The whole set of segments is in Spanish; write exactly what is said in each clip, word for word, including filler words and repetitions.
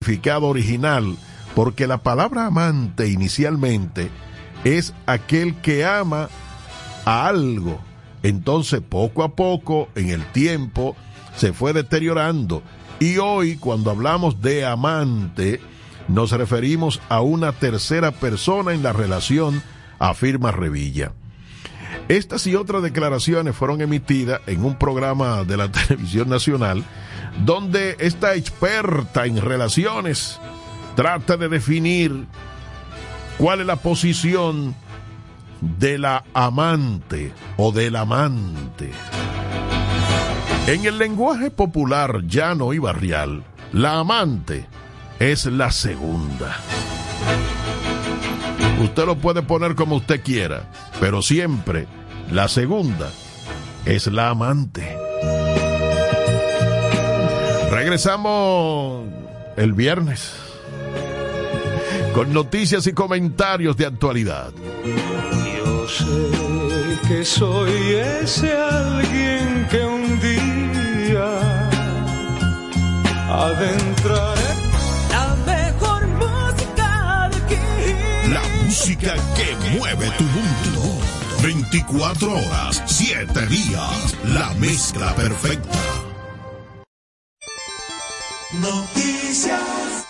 significado original, porque la palabra amante inicialmente es aquel que ama a algo. Entonces, poco a poco, en el tiempo, se fue deteriorando. Y hoy, cuando hablamos de amante, nos referimos a una tercera persona en la relación, afirma Revilla. Estas y otras declaraciones fueron emitidas en un programa de la televisión nacional, donde esta experta en relaciones trata de definir cuál es la posición de la amante o del amante. En el lenguaje popular llano y barrial, la amante es la segunda. Usted lo puede poner como usted quiera, pero siempre la segunda es la amante. Regresamos el viernes con noticias y comentarios de actualidad. Yo sé que soy ese alguien que un día adentraré la mejor música de aquí. La música que mueve tu mundo. veinticuatro horas, siete días. La mezcla perfecta. Noticias.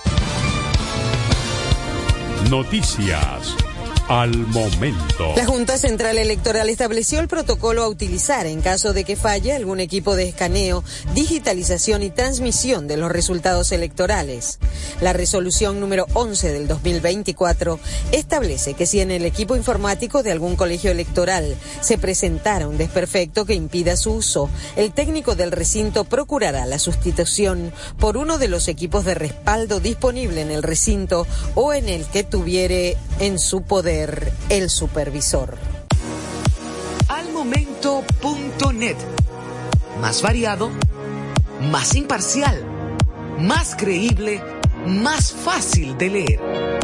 Noticias al momento. La Junta Central Electoral estableció el protocolo a utilizar en caso de que falle algún equipo de escaneo, digitalización y transmisión de los resultados electorales. La resolución número once del dos mil veinticuatro establece que si en el equipo informático de algún colegio electoral se presentara un desperfecto que impida su uso, el técnico del recinto procurará la sustitución por uno de los equipos de respaldo disponible en el recinto o en el que tuviere en su poder el supervisor. Al momento punto net. Más variado, más imparcial, más creíble, más fácil de leer.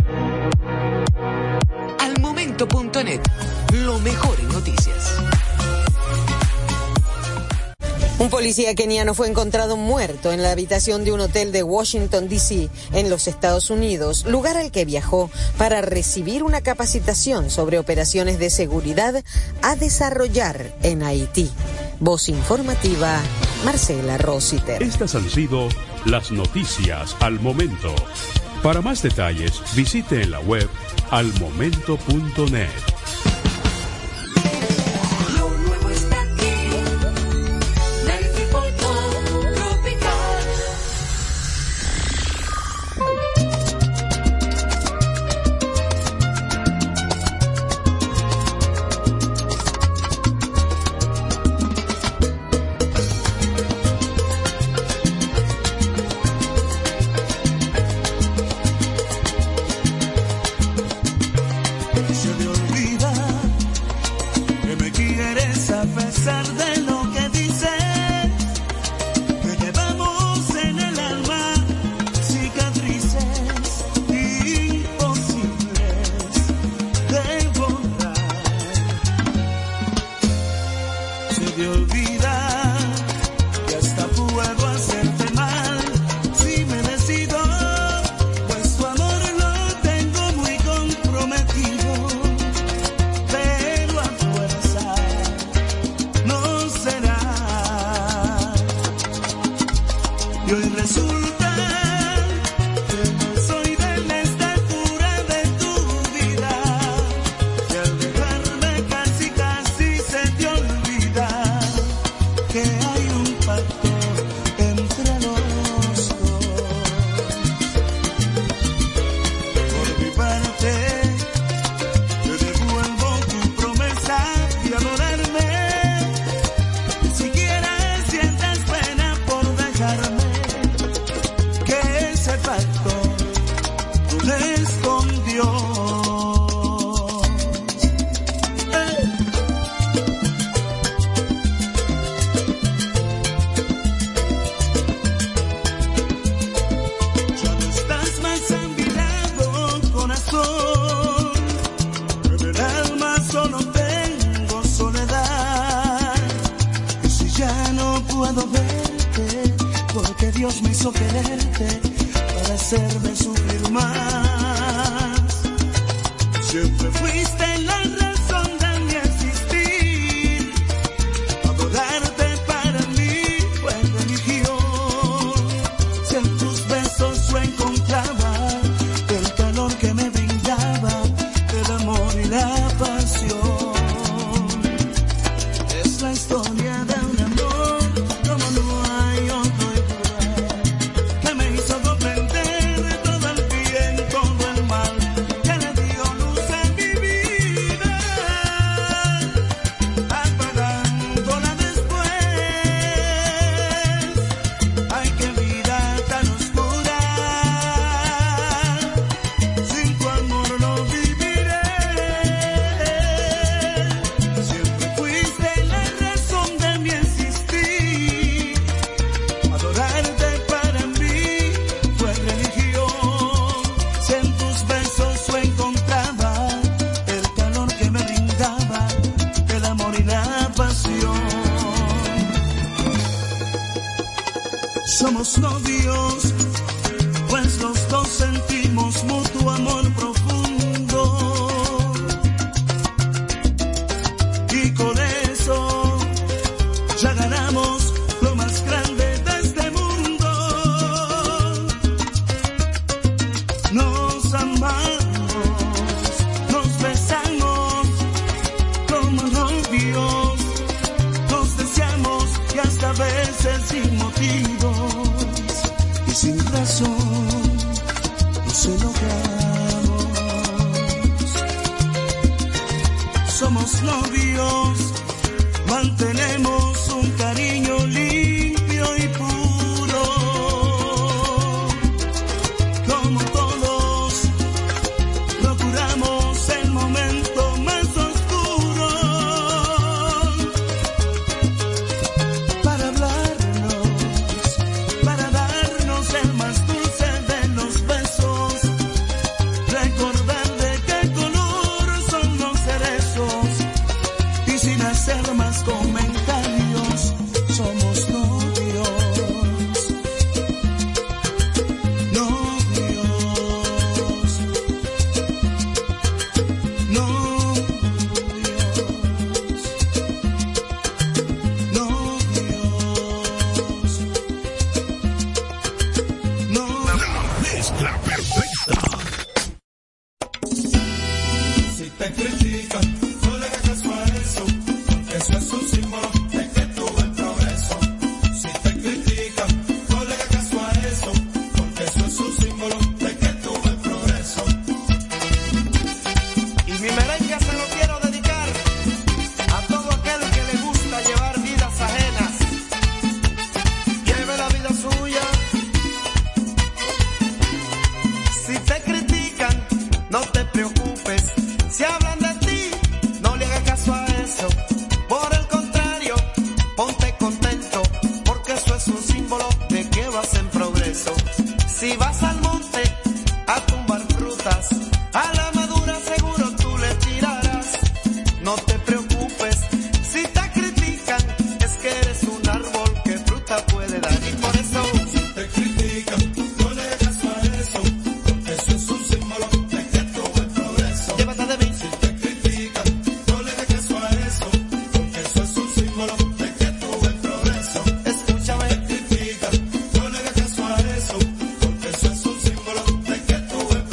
Al momento punto net. Lo mejor en noticias. Un policía keniano fue encontrado muerto en la habitación de un hotel de Washington, D C, en los Estados Unidos, lugar al que viajó para recibir una capacitación sobre operaciones de seguridad a desarrollar en Haití. Voz informativa, Marcela Rositer. Estas han sido las noticias al momento. Para más detalles, visite en la web al momento punto net. hacerme sufrir más. Siempre fuiste la razón de mi existir. Adorarte para mí fue religión. Si en tus besos yo encontraba el calor que me brindaba, el amor y la pasión. Es la historia de un amor como no hay otro igual, que me hizo comprender todo el bien, todo el mal, que le dio luz en mi vida, apagándola después. Ay, qué vida tan oscura, sin tu amor no viviré. Siempre fuiste la razón de mi existir. Adorarte para mí fue religión. Si en tus besos yo encontraba el calor que me brindaba, el amor y la pasión. Somos novios, pues los dos sentimos mutuo amor profundo. Y con eso ya ganamos lo más grande de este mundo. Nos amamos, nos besamos como novios, nos deseamos y hasta a veces sin motivos y sin razón nos enojamos. Somos novios, mantenemos un cariño limpio y puro. Como todos, procuramos el momento más oscuro para hablarnos, para darnos el más dulce de los besos, recordar de qué color son los cerezos y sin hacer más comentarios, somos novios, novios, novios, novios, novios. La mezcla perfecta. Si te critican, no le hagas caso a eso, porque eso es un símbolo de que tú vas en progreso. Si te critican, no le hagas caso a eso, porque eso es un símbolo de que tú vas en progreso. Y mi merengue se lo quiero dedicar a todo aquel que le gusta llevar vidas ajenas. Lleve la vida suya. Si te critican, no te preocupes. Si hablan de ti, no le hagas caso a eso. Por el contrario, ponte contento, porque eso es un símbolo de que vas en progreso. Si vas al monte a tumbar frutas, a la madura seguro tú le tirarás. No te preocupes, si te critican, es que eres un árbol que fruta puede dar. Y por eso, Si te critican, no le hagas caso a eso, porque eso es un símbolo de que tú vas en progreso. llévate de mí. Si te critican, no le hagas caso a eso, porque eso es un símbolo de que tú vas en progreso. Escúchame. Critican, no le hagas caso a eso, porque eso es un símbolo de que tú vas en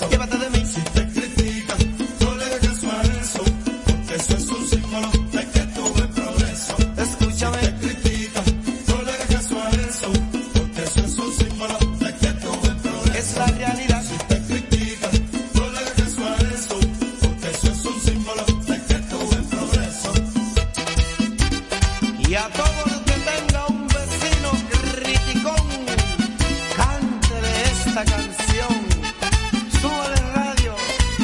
eso. Llévate de mí. Si te critican, no le hagas caso a eso, porque eso es un símbolo de que tú ves progreso. Escúchame. Si te critican, no le hagas caso a eso, porque eso es un símbolo de que tú ves progreso. Es la realidad. Si te critican, no le hagas caso a eso, porque eso es un símbolo de que tú ves progreso. Y a todo el que tenga un vecino criticón, cántele esta canción. Súbale radio.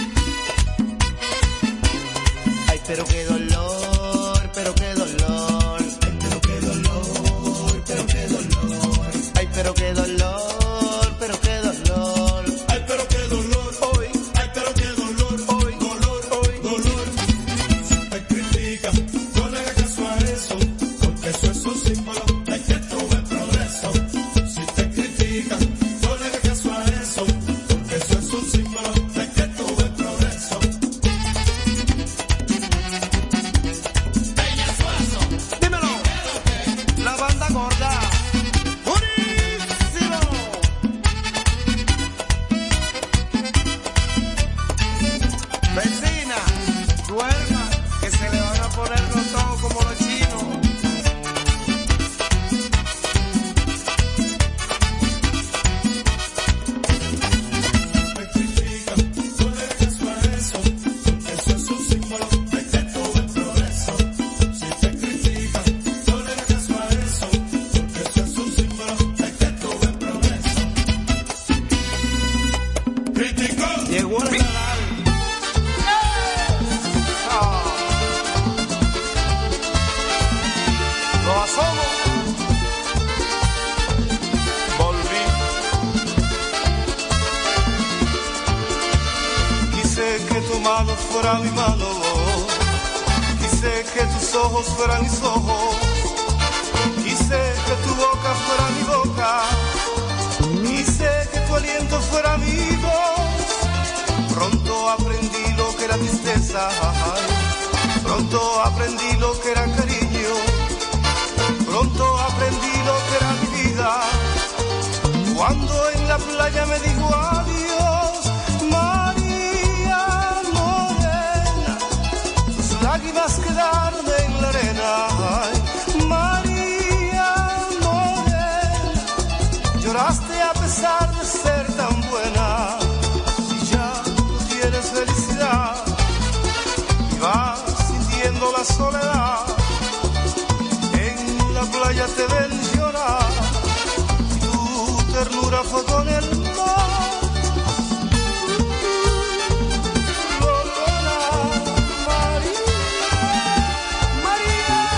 Ay, pero qué dolor, pero qué dolor. Ay, pero qué dolor, pero qué dolor. Ay, pero qué dolor, pero qué dolor. Ay, pero qué dolor, Hoy, ay, pero qué dolor, hoy, dolor, hoy. dolor. Si te critican, no le hagas caso a eso, porque eso es un símbolo de que tú ves progreso. Si te critican, no le hagas caso a eso, porque eso es un símbolo de que tú ves progreso. Dímelo. La banda gorda. ¡Purísimo! Vecina, duerma, que se le van a poner los ojos como los chinos. Te critican, no le hagas caso a eso, porque eso es un símbolo de que tú ves progreso. Si te critican, no le hagas caso a eso, porque eso es un símbolo de que tú ves progreso. Criticón. Llegó el Nadal. Ah. Lo asomo. Volví. Quise que tu mano fuera mi mano, quise que tus ojos fueran mis ojos, quise que tu boca fuera mi boca, quise que tu aliento fuera mi voz. Pronto aprendí lo que era tristeza, pronto aprendí lo que era cariño, pronto aprendí lo que era mi vida. Cuando en la playa me dijo adiós, María Morena, sus lágrimas quedaron en la arena. Ay, María Morena, lloraste a pesar de ser tan buena. Y ya no tienes felicidad y vas sintiendo la soledad. En la playa te ven llorar, tu ternura fue con el mar. Lorena, María, María,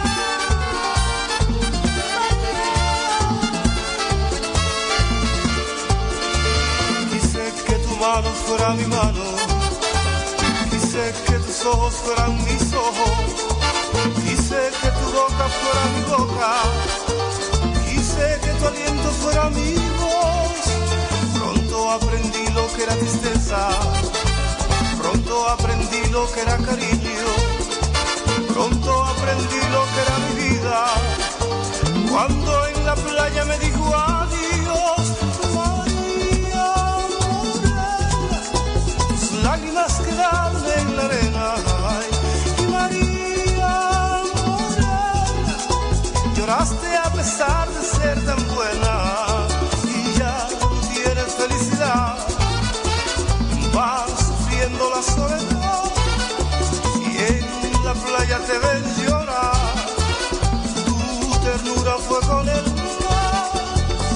quise que tu mano fuera mi mano, quise que tus ojos fueran mis ojos, quise que tu boca fuera mi boca, quise que tu aliento fuera mi voz. Pronto aprendí lo que era tristeza, pronto aprendí lo que era cariño, pronto aprendí lo que era mi vida. Cuando en la playa me dijo adiós, María Morena, tus lágrimas quedaron en la arena. Ay, María Morena, lloraste a pesar de ser tan buena. Y ya no tienes felicidad, vas sufriendo la soledad. Y en la playa te ven llorar, tu ternura fue con el mar.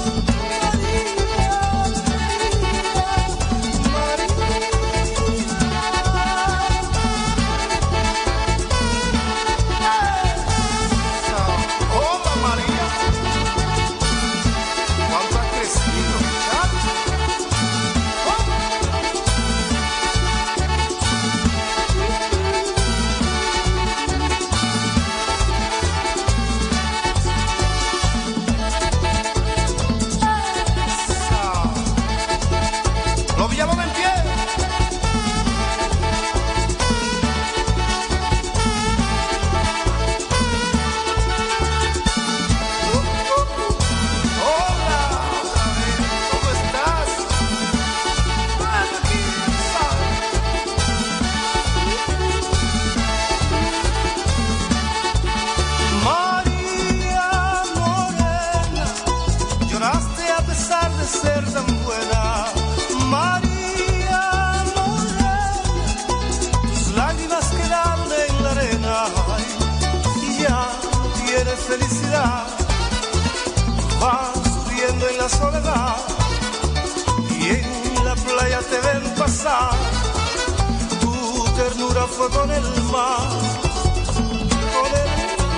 la soledad y en la playa te ven pasar. Tu ternura fue con el mar, con el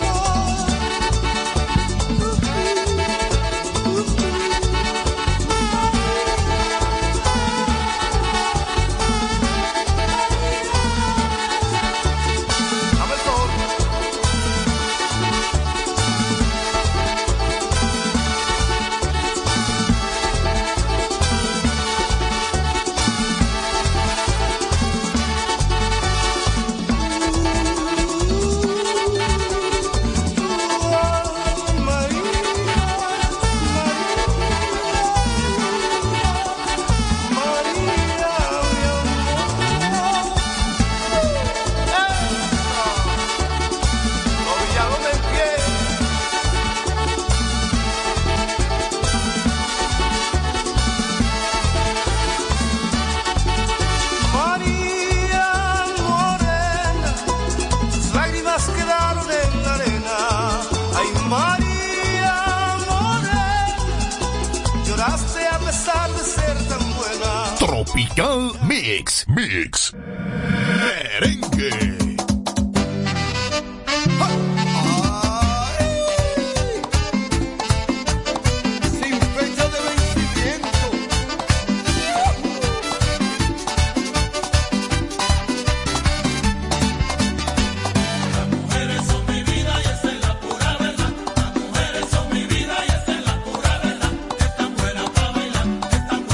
Tropical Mix, Mix, merengue.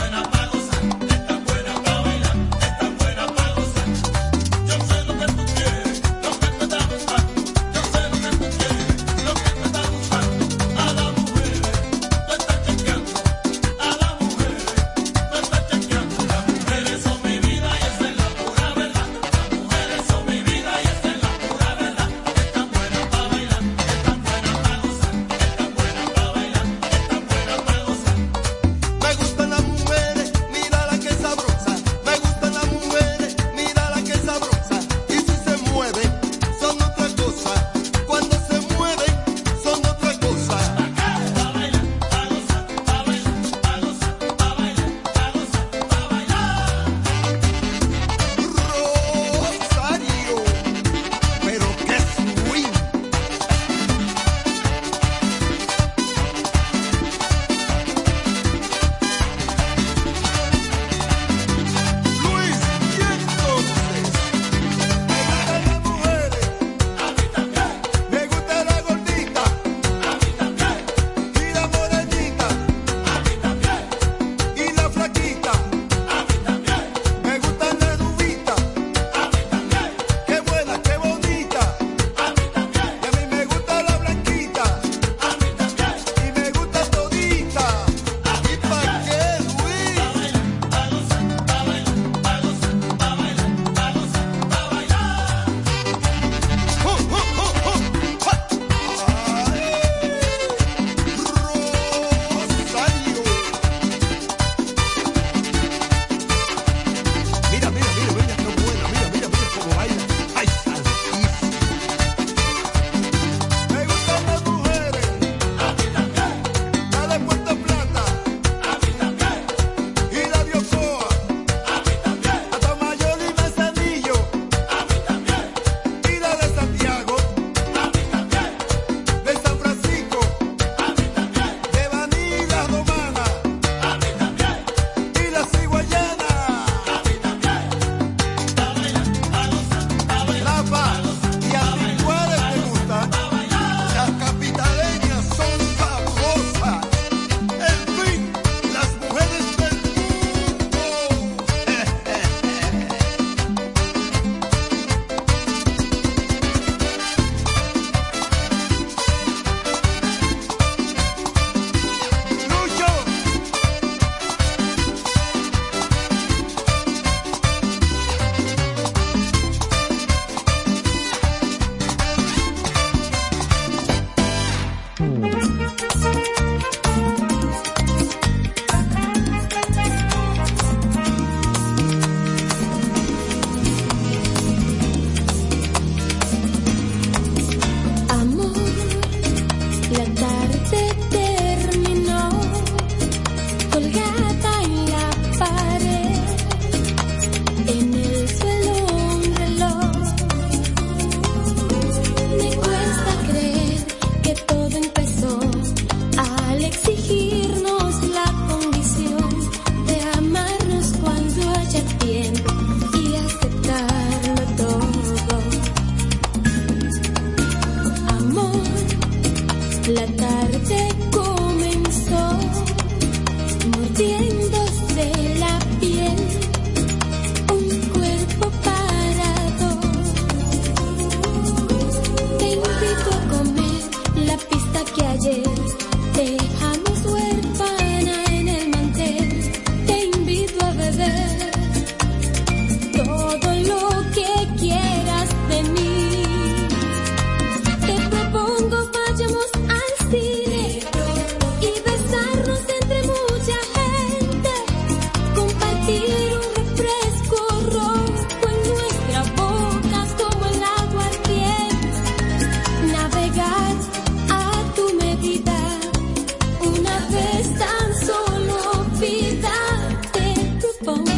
Yo sé lo que tú quieres. En el suelo un reloj. Me cuesta creer que todo empezó al exigirnos la condición de amarnos cuando haya tiempo y aceptarlo todo. Amor, la tarde comenzó mordiéndose la piel, un cuerpo para dos. Te invito a comer la pista que ayer dejamos huérfana en el mantel. Te invito a beber todo lo que quieras de mí. Te propongo vayamos al cine y besarnos entre mucha gente, compartir un refresco rojo en nuestra boca como el aguardiente, navegar a tu medida, una vez tan solo vida te propongo.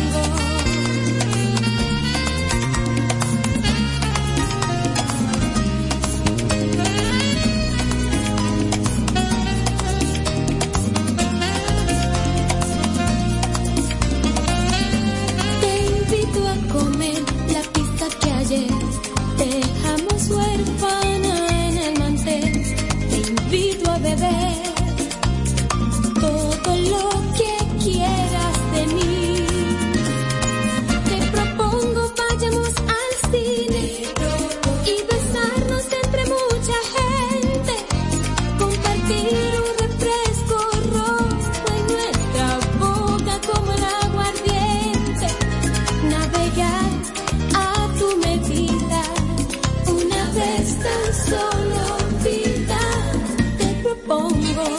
Te invito a comer la pizza que ayer dejamos huérfana en el mantel. Te invito a beber todo lo que quieras de mí. Te propongo vayamos al cine y besarnos entre mucha gente, compartir un refresco rojo en nuestra boca como el aguardiente, navegar a tu medida, una vez tan solo vida te propongo.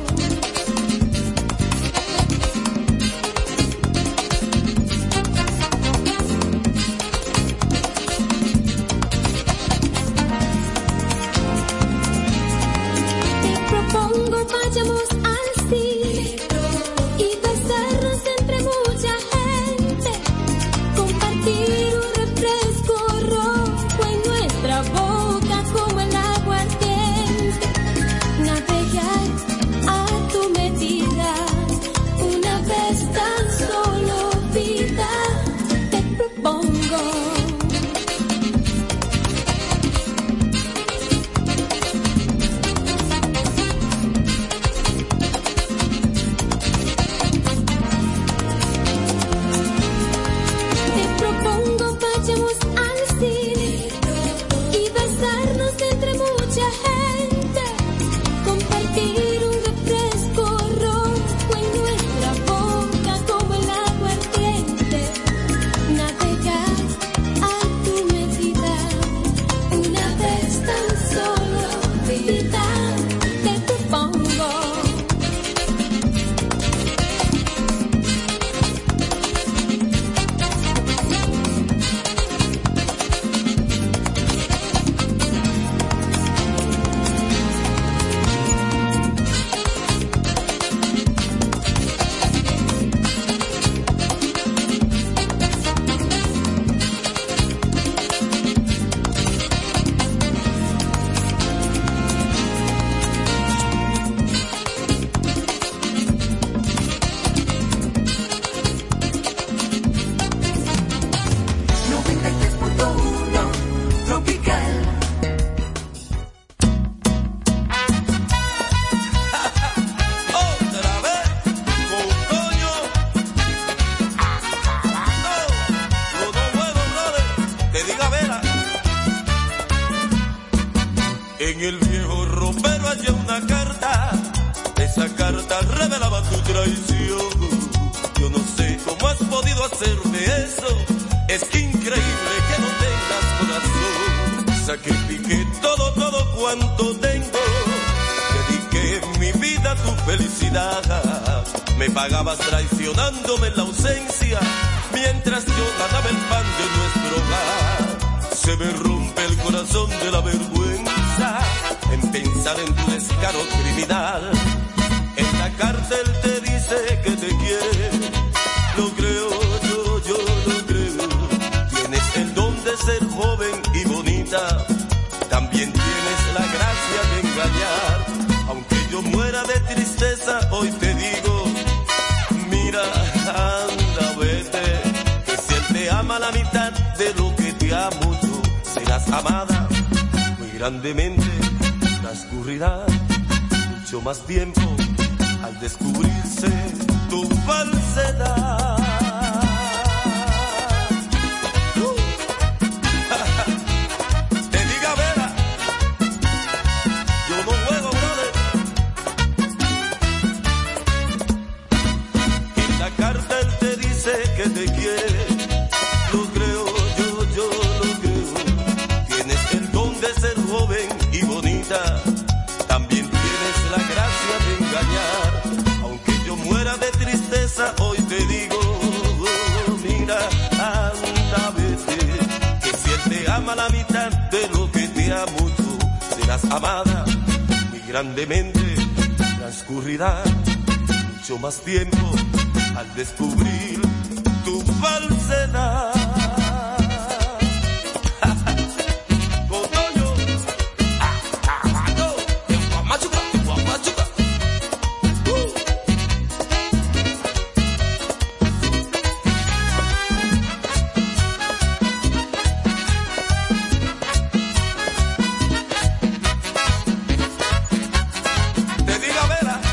Te propongo vayamos al cine y besarnos entre mucha gente, compartir un refresco rojo en nuestra boca como el aguardiente, navegar a tu medida, una vez tan solo vida te propongo. Te propongo vayamos al cine y besarnos entre mucha gente, compartir un refresco rojo en nuestra boca como el aguardiente, navegar a tu medida, una vez tan solo vida te propongo. noventa y tres punto uno Tropical. Otra vez con Toño. No, no puedo, brother. Que diga Vera. En el viejo ropero hallé una carta. Esa carta revelaba tu traición. Yo no sé cómo has podido hacerme eso. Es increíble que no tengas corazón. Sacrifiqué todo, todo cuanto tengo. Dediqué mi vida a tu felicidad. Me pagabas traicionándome en la ausencia, mientras yo ganaba el pan de nuestro hogar. Se me rompe el corazón de la vergüenza en pensar en tu descaro criminal. En la cárcel te dice que te quiere. Lo creo, yo, yo lo creo. hoy te digo, mira, anda, vete, que si él te ama la mitad de lo que te amo yo, serás amada muy grandemente, transcurrirá mucho más tiempo al descubrirse tu falsedad. Que te quiere, lo creo, yo, yo lo creo. Tienes el don de ser joven y bonita, también tienes la gracia de engañar. Aunque yo muera de tristeza, hoy te digo, oh, mira, anda, vete, que si él te ama la mitad de lo que te amo yo, serás amada muy grandemente, transcurrirá mucho más tiempo al descubrir tu falsedad. Cotoño, caballo, te voy a machucar, te voy a machucar. Uh. Te diga Vera.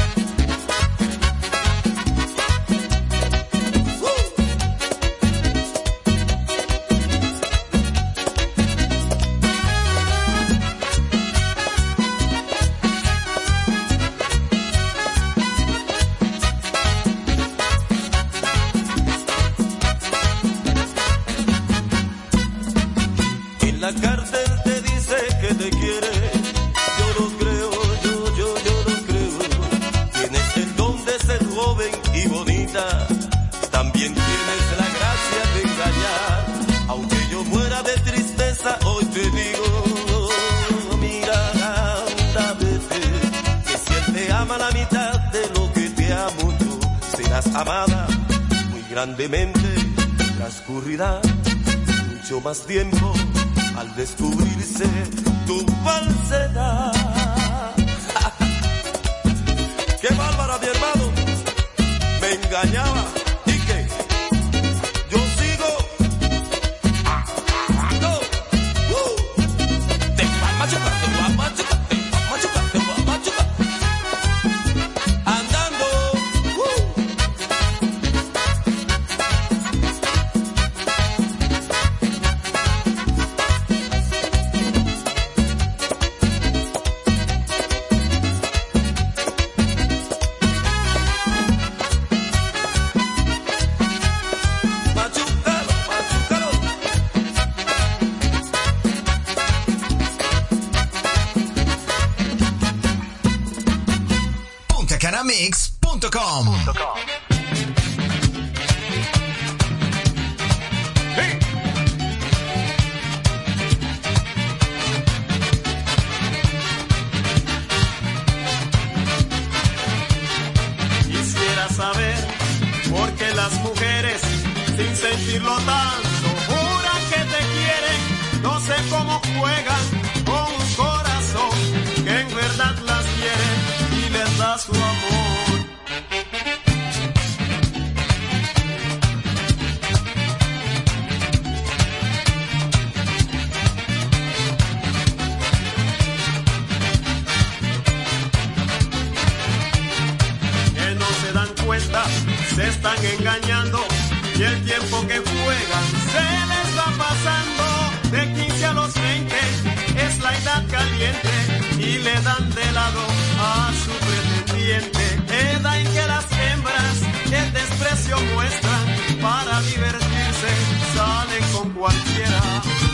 La cárcel te dice que te quiere, yo lo creo, yo, yo, yo lo creo. Tienes el don de ser joven y bonita, también tienes la gracia de engañar. Aunque yo muera de tristeza, hoy te digo, mira, anda, vete, que si él te ama la mitad de lo que te amo yo, serás amada muy grandemente, transcurrirá mucho más tiempo al descubrirse tu falsedad. ¡Qué bárbara, mi hermano! Me engañaba. ¿Y qué? Yo sigo amando. Uh. Te voy a machucar, te voy a machucar, te voy a machucar, te voy a machucar. Andando. Uh. Mix punto com. Quisiera saber por qué las mujeres, sin sentirlo tanto, juran que te quieren. No sé cómo juegan con un corazón que en verdad las quiere y les da su amor. Que no se dan cuenta, se están engañando y el tiempo que juegan se les va pasando. De quince a los veinte es la edad caliente y le dan de lado a su pretendiente. Edad en que las hembras el desprecio muestran, para divertirse salen con cualquiera.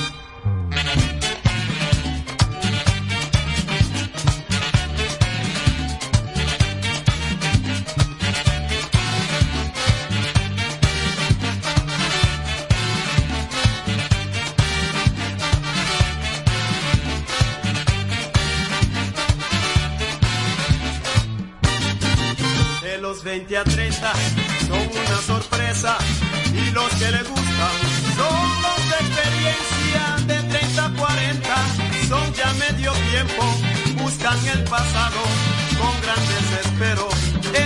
veinte a treinta son una sorpresa y los que le gustan son los de experiencia. De treinta a cuarenta son ya medio tiempo, buscan el pasado con gran desespero.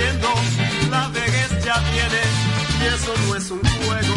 sufriendo, la vejez ya viene y eso no es un juego.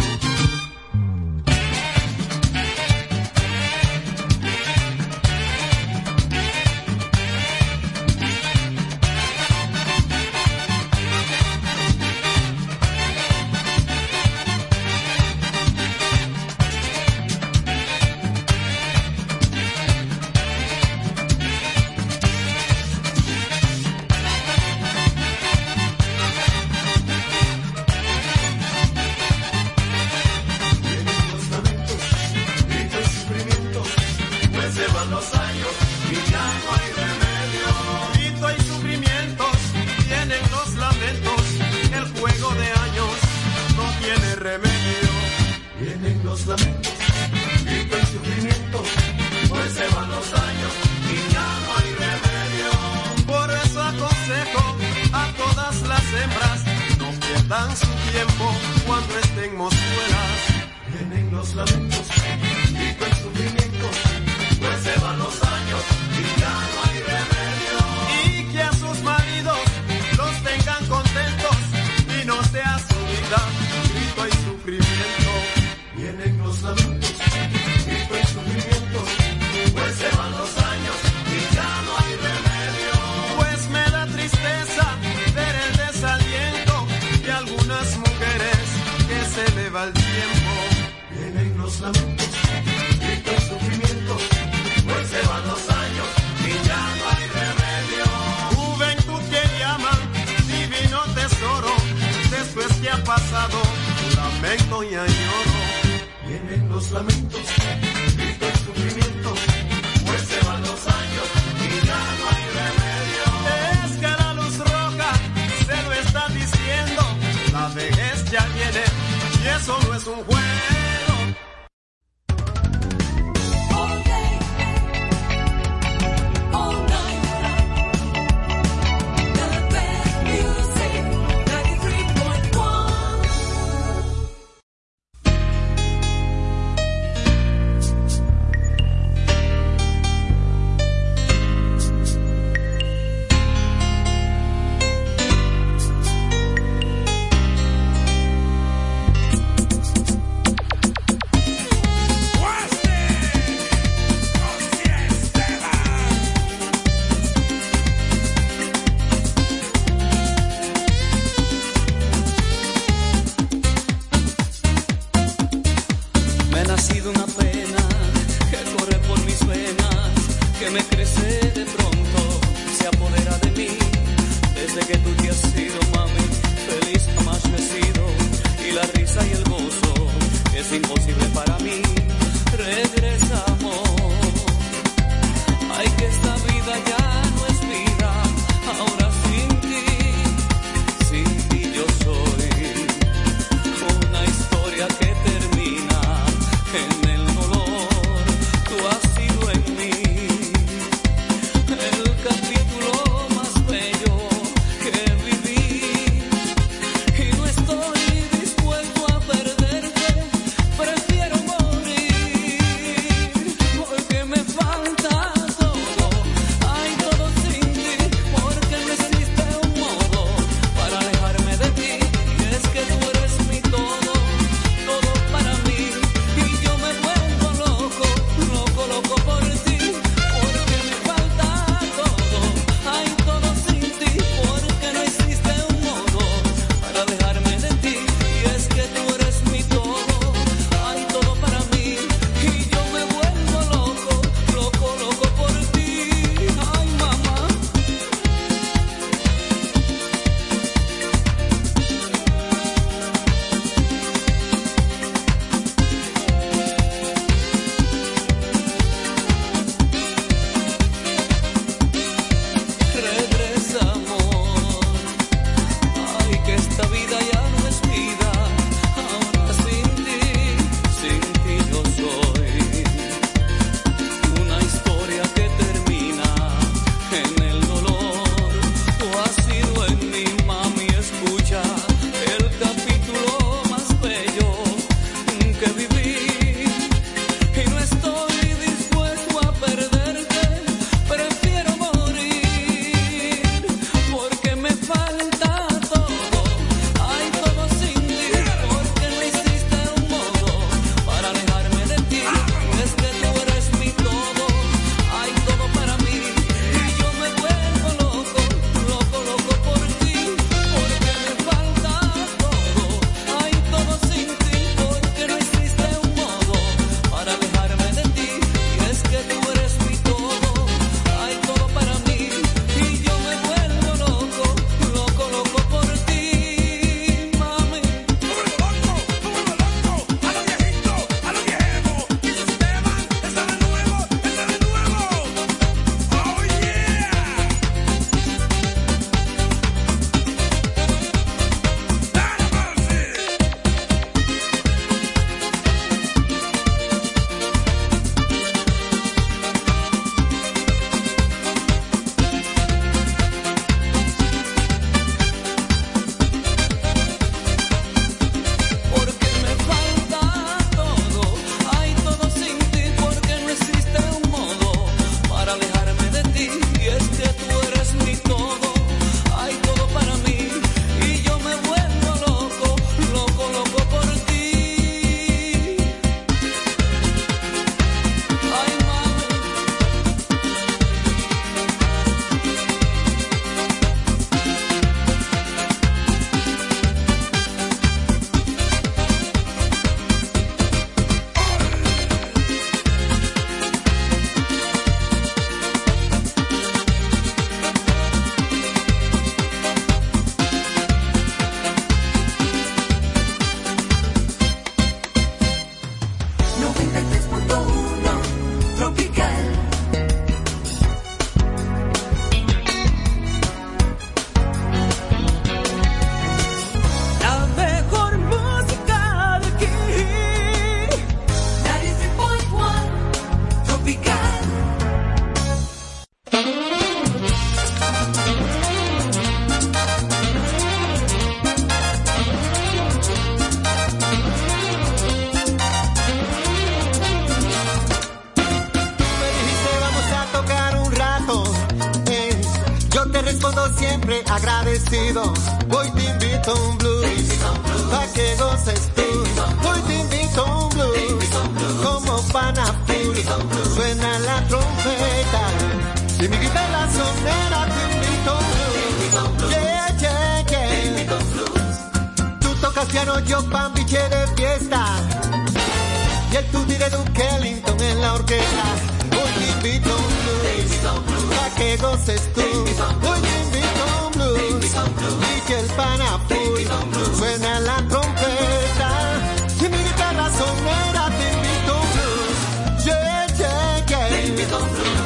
En el amanecido, hoy te invito a un blues, pa' que goces tú. Hoy te invito a un blues, como pana full, suena la trompeta, y mi guitarra sonera te invito a un blues, yeah, yeah, yeah. Tú tocas piano, yo pambiche de fiesta, y el tutti de Duke Ellington en la orquesta. Hoy te invito a un blues, pa' que goces tú. Hoy te invito a un blues, y que el pana full, suena la trompeta, y mi guitarra sonera te invito a un blues, yeah, yeah, yeah. Te invito a un blues.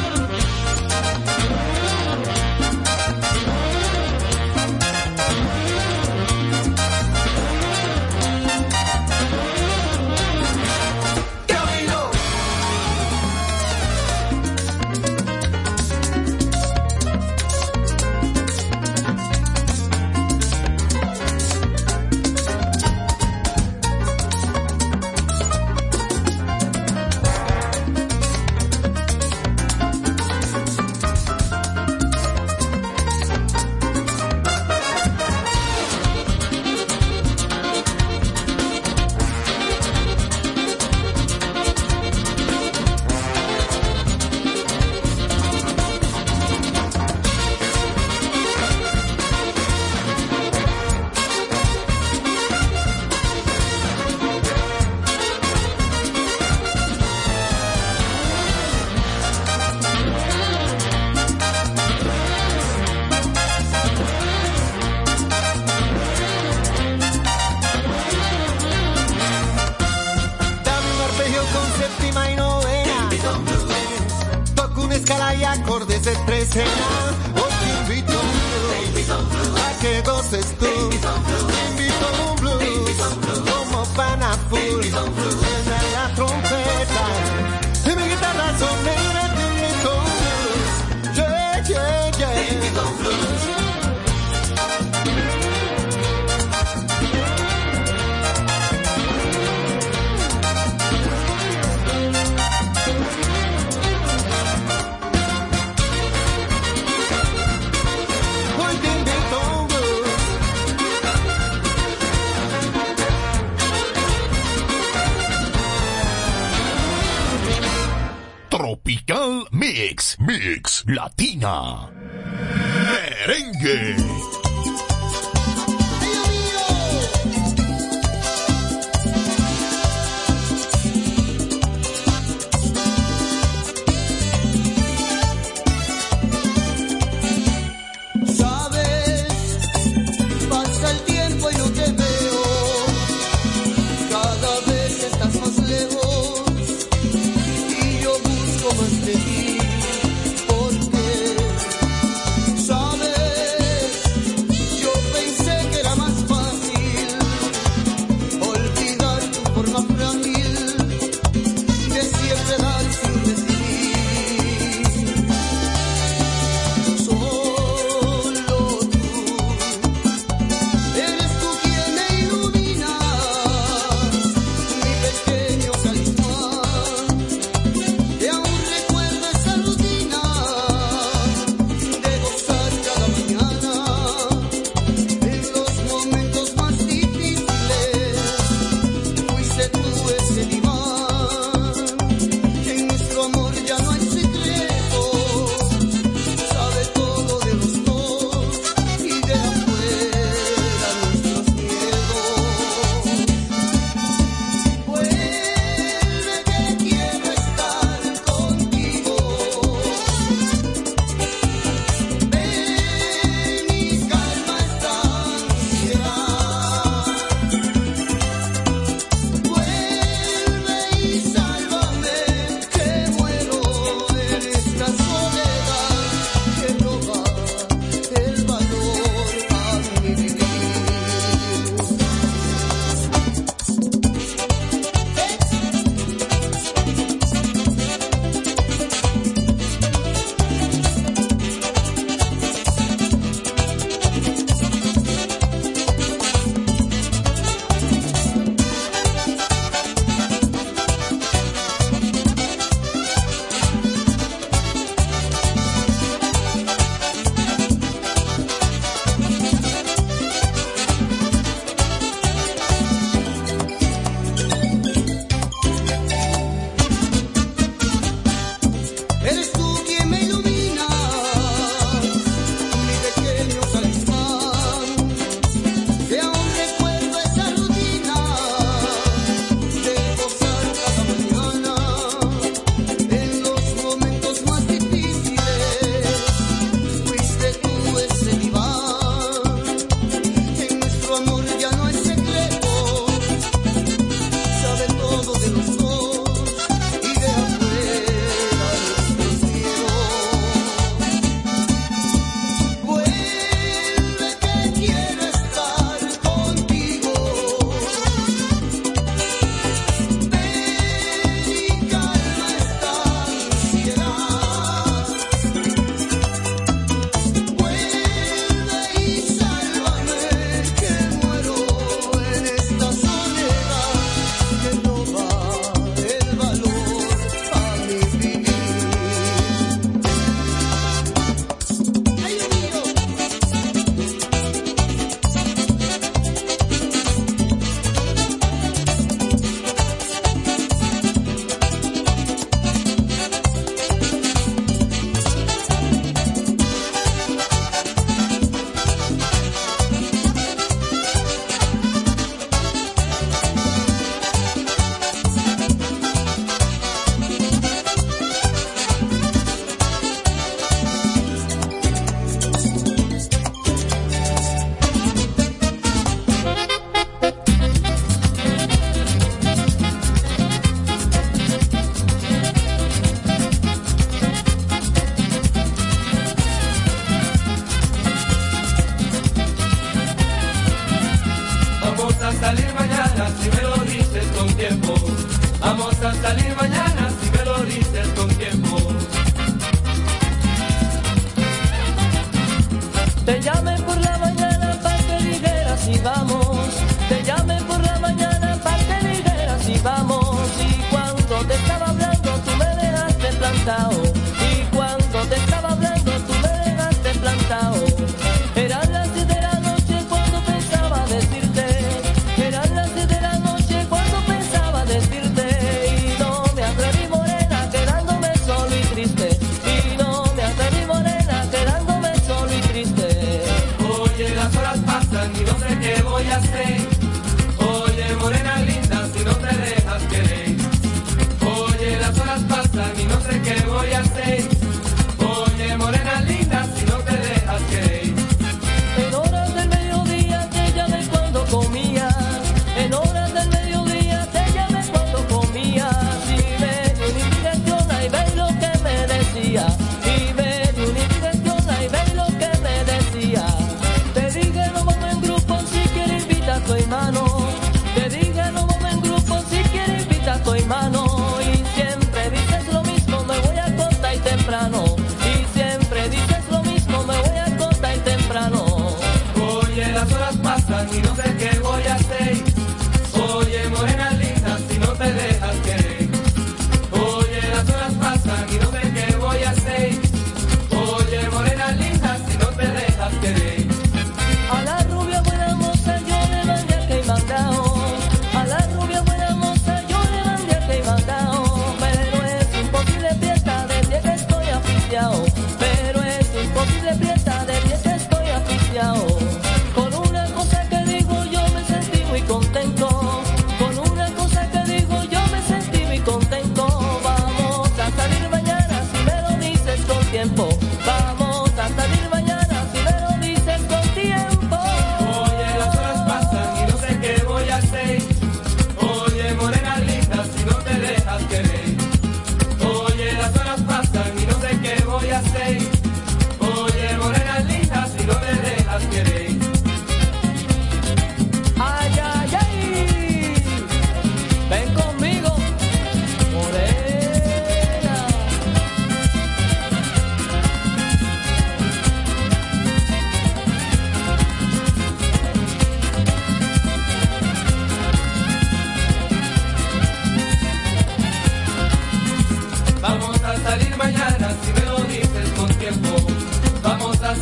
Acordes de trecena, hoy te invito a un blues, a que goces tú. Te invito a un blues, como pana full, suena la trompeta, y mi guitarra sonera te invito a un blues, yeah, yeah, yeah. Te invito a un blues. Tropical Mix, Mix Latina, Merengue. Porque sabes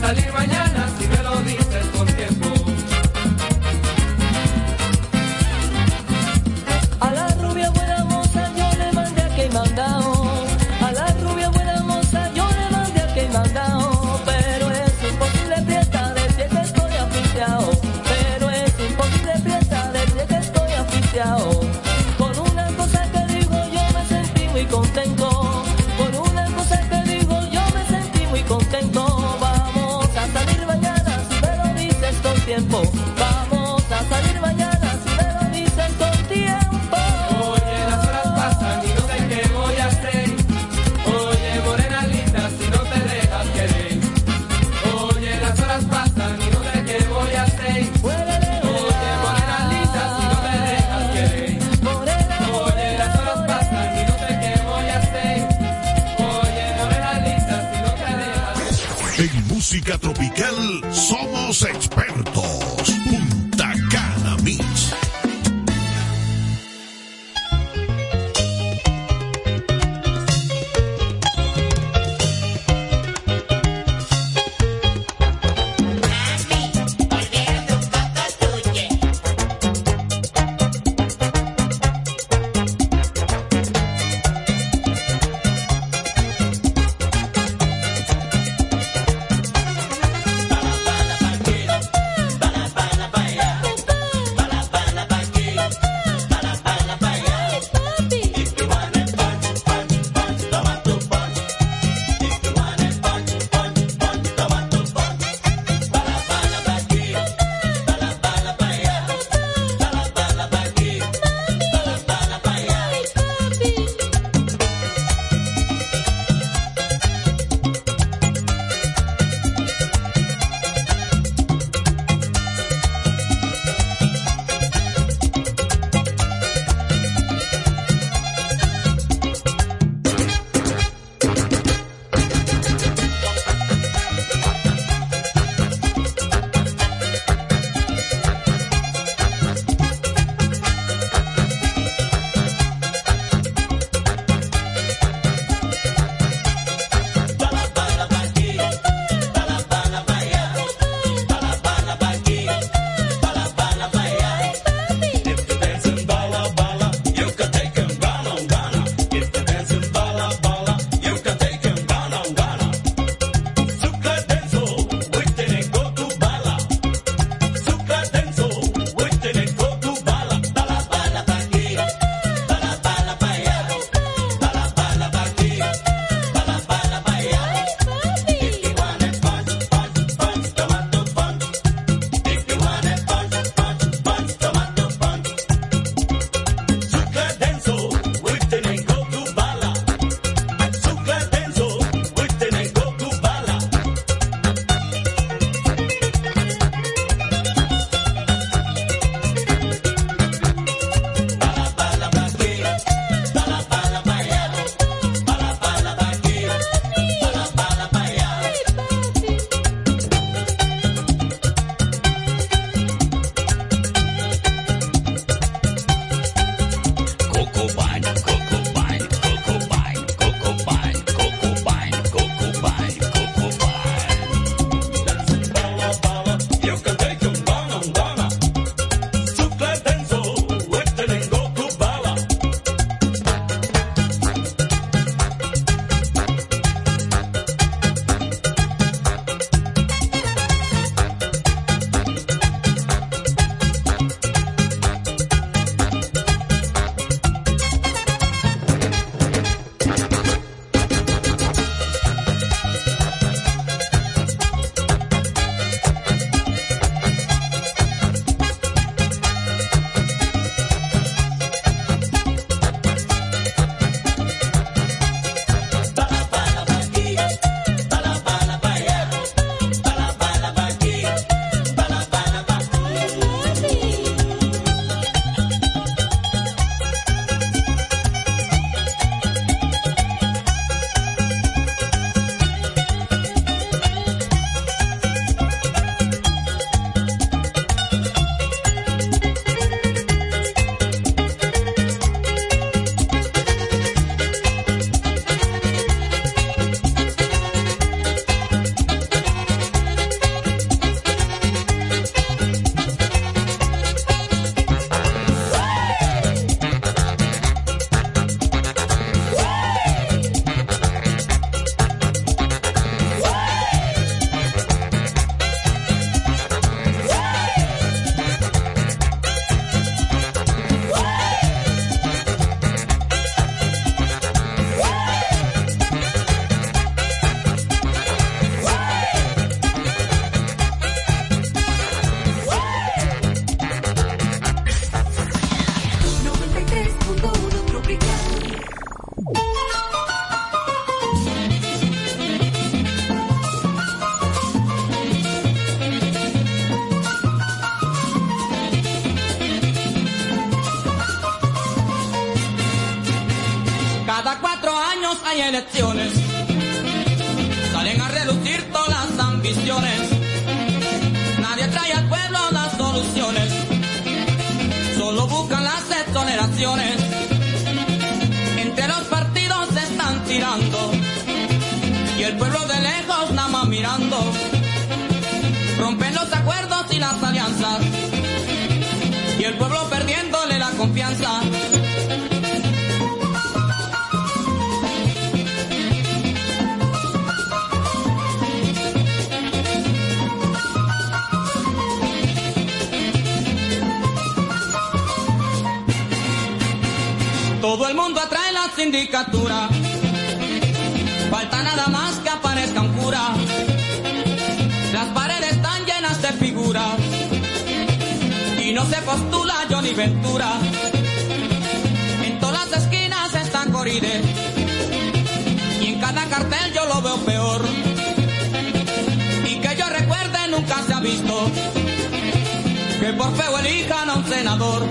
salir mañana si me lo dices con tiempo. A la rubia buena moza yo le mandé a que mandao. A la rubia buena moza yo le mandé a que mandao. Pero es imposible prieta de pie que estoy aficiado. Pero es imposible prieta de pie que estoy aficiado. Con una cosa que digo yo me sentí muy contento. Con una cosa que digo yo me sentí muy contento. Vamos a salir mañana si me lo dices con tiempo. Vamos a salir mañana si me lo dices con tiempo. Oye, las horas pasan y no sé qué voy a hacer. Oye, morena linda, si no te dejas querer. Oye, las horas pasan y no sé qué voy a hacer. Oye, morena linda, si no te dejas querer. Oye, las horas pasan y no sé qué voy a hacer. Oye, morena linda, si no te dejas. En música tropical somos expertos. Punta Cana Mix. Para, para, para, hay elecciones, salen a relucir todas las ambiciones. Nadie trae al pueblo las soluciones, solo buscan las exoneraciones. Entre los partidos se están tirando y el pueblo de lejos nada más mirando. Rompen los acuerdos y las alianzas y el pueblo perdiéndole la confianza. Todo el mundo atrae la sindicatura, falta nada más que aparezca un cura. Las paredes están llenas de figuras y no se postula Johnny Ventura. En todas las esquinas está Coride y en cada cartel yo lo veo peor. Y que yo recuerde nunca se ha visto que por feo elijan a un senador.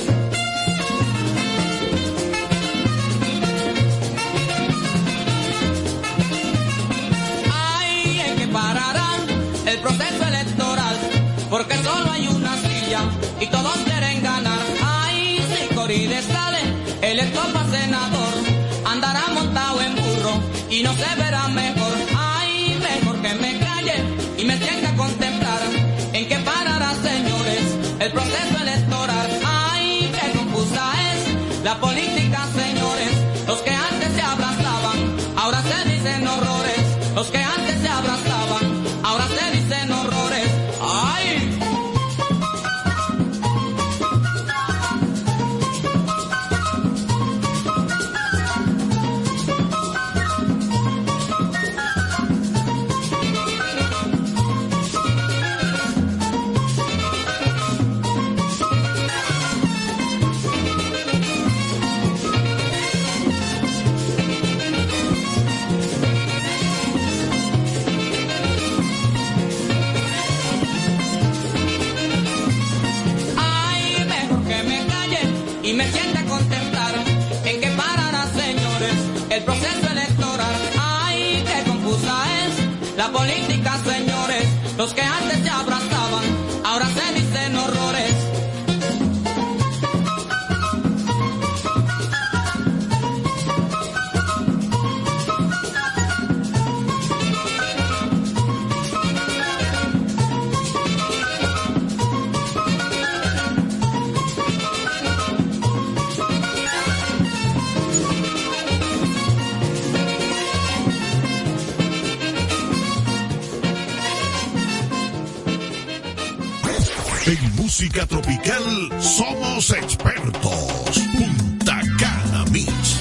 Pararán el proceso electoral porque solo hay una silla y todos quieren ganar. Ay, si Coride sale electo para senador, andará montado en burro y no se verá mejor. Ay, mejor que me calle y me sienta a contemplar en qué parará, señores, el proceso electoral. Ay, qué confusa es la política, señores. Los que antes se abrazaban ahora se dicen horrores. Los que antes se abrazaban, ahora se dicen horrores. ¡Ay! Y me sienta a contemplar en qué parará, señores, el proceso electoral. Ay, qué confusa es la política, señores. Los que antes se abrazaban, ahora se dicen horrores. En música tropical somos expertos. Punta Cana Mix.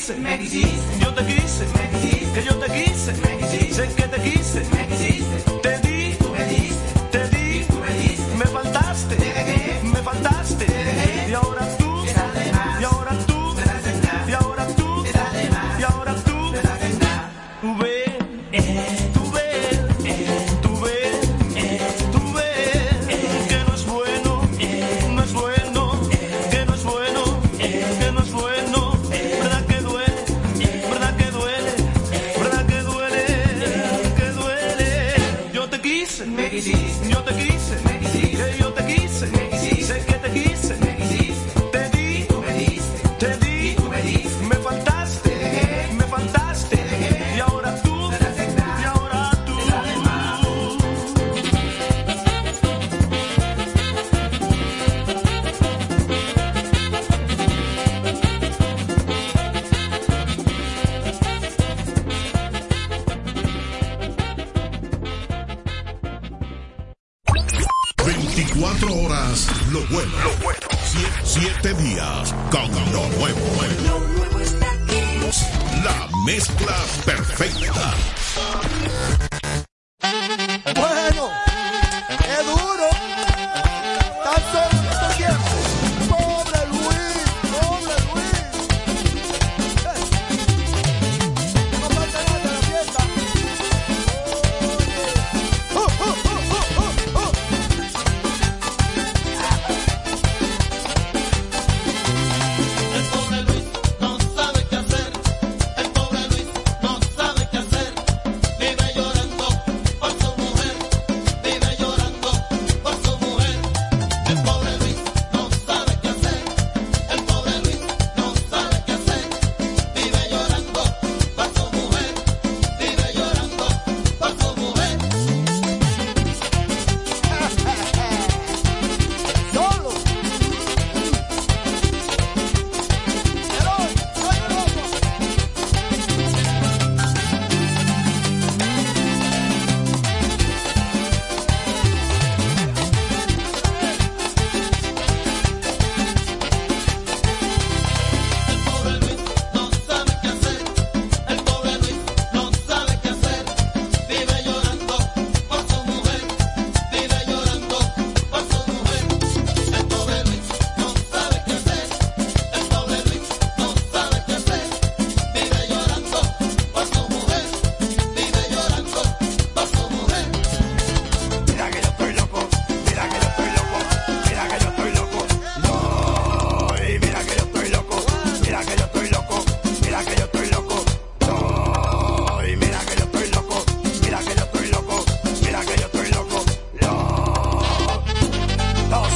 quise, me quisiste, yo te quise, me quisiste, que yo te quise, me quisiste, sé que te quise, me quisiste, te di, tú me diste, te di, tú me diste, me faltaste, me faltaste, y ahora tú, y ahora tú, y ahora tú, y ahora tú, tú ves, tú ves, tú ves, tú ves, que no es bueno, no es bueno, que no es bueno, que no es bueno, verdad que duele, verdad que duele, verdad que duele, que duele. Yo te quise, me quisiste, yo te quise, me quisiste, yo te quise, me quisiste, sé que te quise, me quisiste, te di, tú me diste, te di, tú me diste, me faltaste, me faltaste, y ahora tú, y ahora tú. veinticuatro horas lo bueno. Lo bueno. Sie- siete días con lo nuevo. Lo nuevo está aquí. La mezcla perfecta. Bueno, es duro. Tan solo en estos tiempos. Pobre Luis, pobre Luis. Eh. No falta nada de la fiesta. Oye. Oh, oh, oh, oh, oh, oh. El pobre Luis no sabe qué hacer. El pobre Luis no sabe qué hacer. Vive llorando por su mujer. Vive llorando por su mujer. El pobre Luis no sabe qué hacer. El pobre Luis no sabe qué hacer. Vive llorando por su mujer. Vive llorando por su mujer. Solo. El pobre Luis no sabe qué hacer. El pobre Luis no sabe qué hacer. Vive llorando por su mujer. Vive llorando por su mujer. El pobre Luis no sabe qué hacer. El pobre Luis no sabe qué hacer. Vive llorando por su mujer. Vive llorando por su mujer. Mira que yo estoy loco, mira que yo estoy loco, mira que yo estoy loco. No, y mira que yo estoy loco, mira que yo estoy loco, mira que yo estoy loco. No, y mira que yo estoy loco, mira que yo estoy loco, mira que yo estoy loco. Los dos.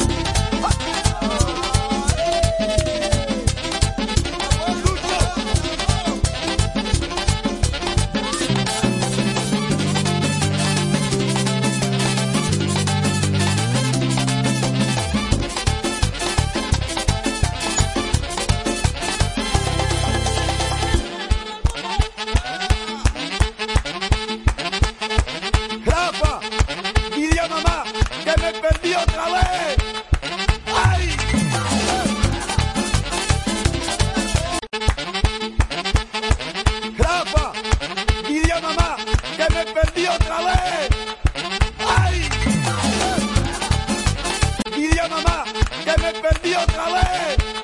Rafa, dile a mamá que me perdí otra vez. ¡Ay! Rafa, dile a mamá que me perdí otra vez. ¡Ay! Dile a mamá que me perdí otra vez.